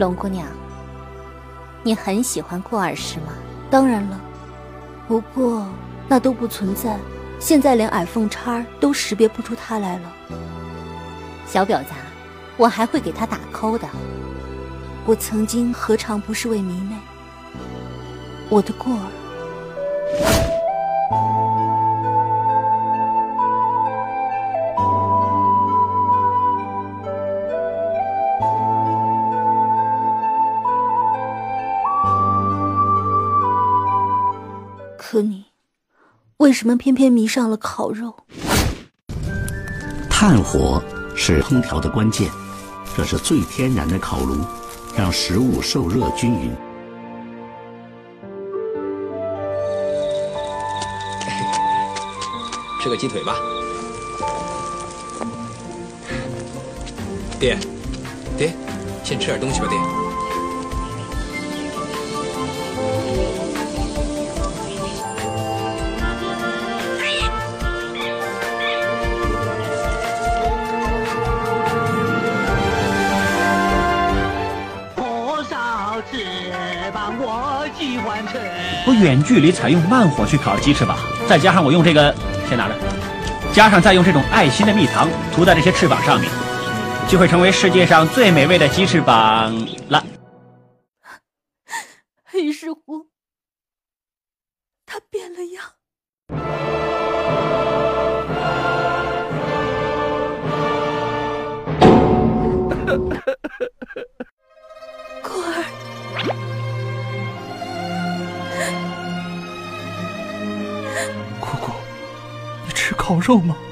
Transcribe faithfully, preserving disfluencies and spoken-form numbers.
龙姑娘，你很喜欢过儿是吗？ 当然了，不过那都不存在，现在连矮凤钗都识别不出他来了。 小婊子，我还会给他打扣的。 我曾经何尝不是位迷妹？我的过儿。可你为什么偏偏迷上了烤肉？ 炭火是烹调的关键，这是最天然的烤炉，让食物受热均匀。 吃个鸡腿吧。爹，爹，先吃点东西吧，爹。 我远距离采用慢火去烤鸡翅膀，再加上我用这个，先拿着，加上再用这种爱心的蜜糖涂在这些翅膀上面，就会成为世界上最美味的鸡翅膀了。 于是乎，他变了样。过儿。 姑姑，你吃烤肉吗？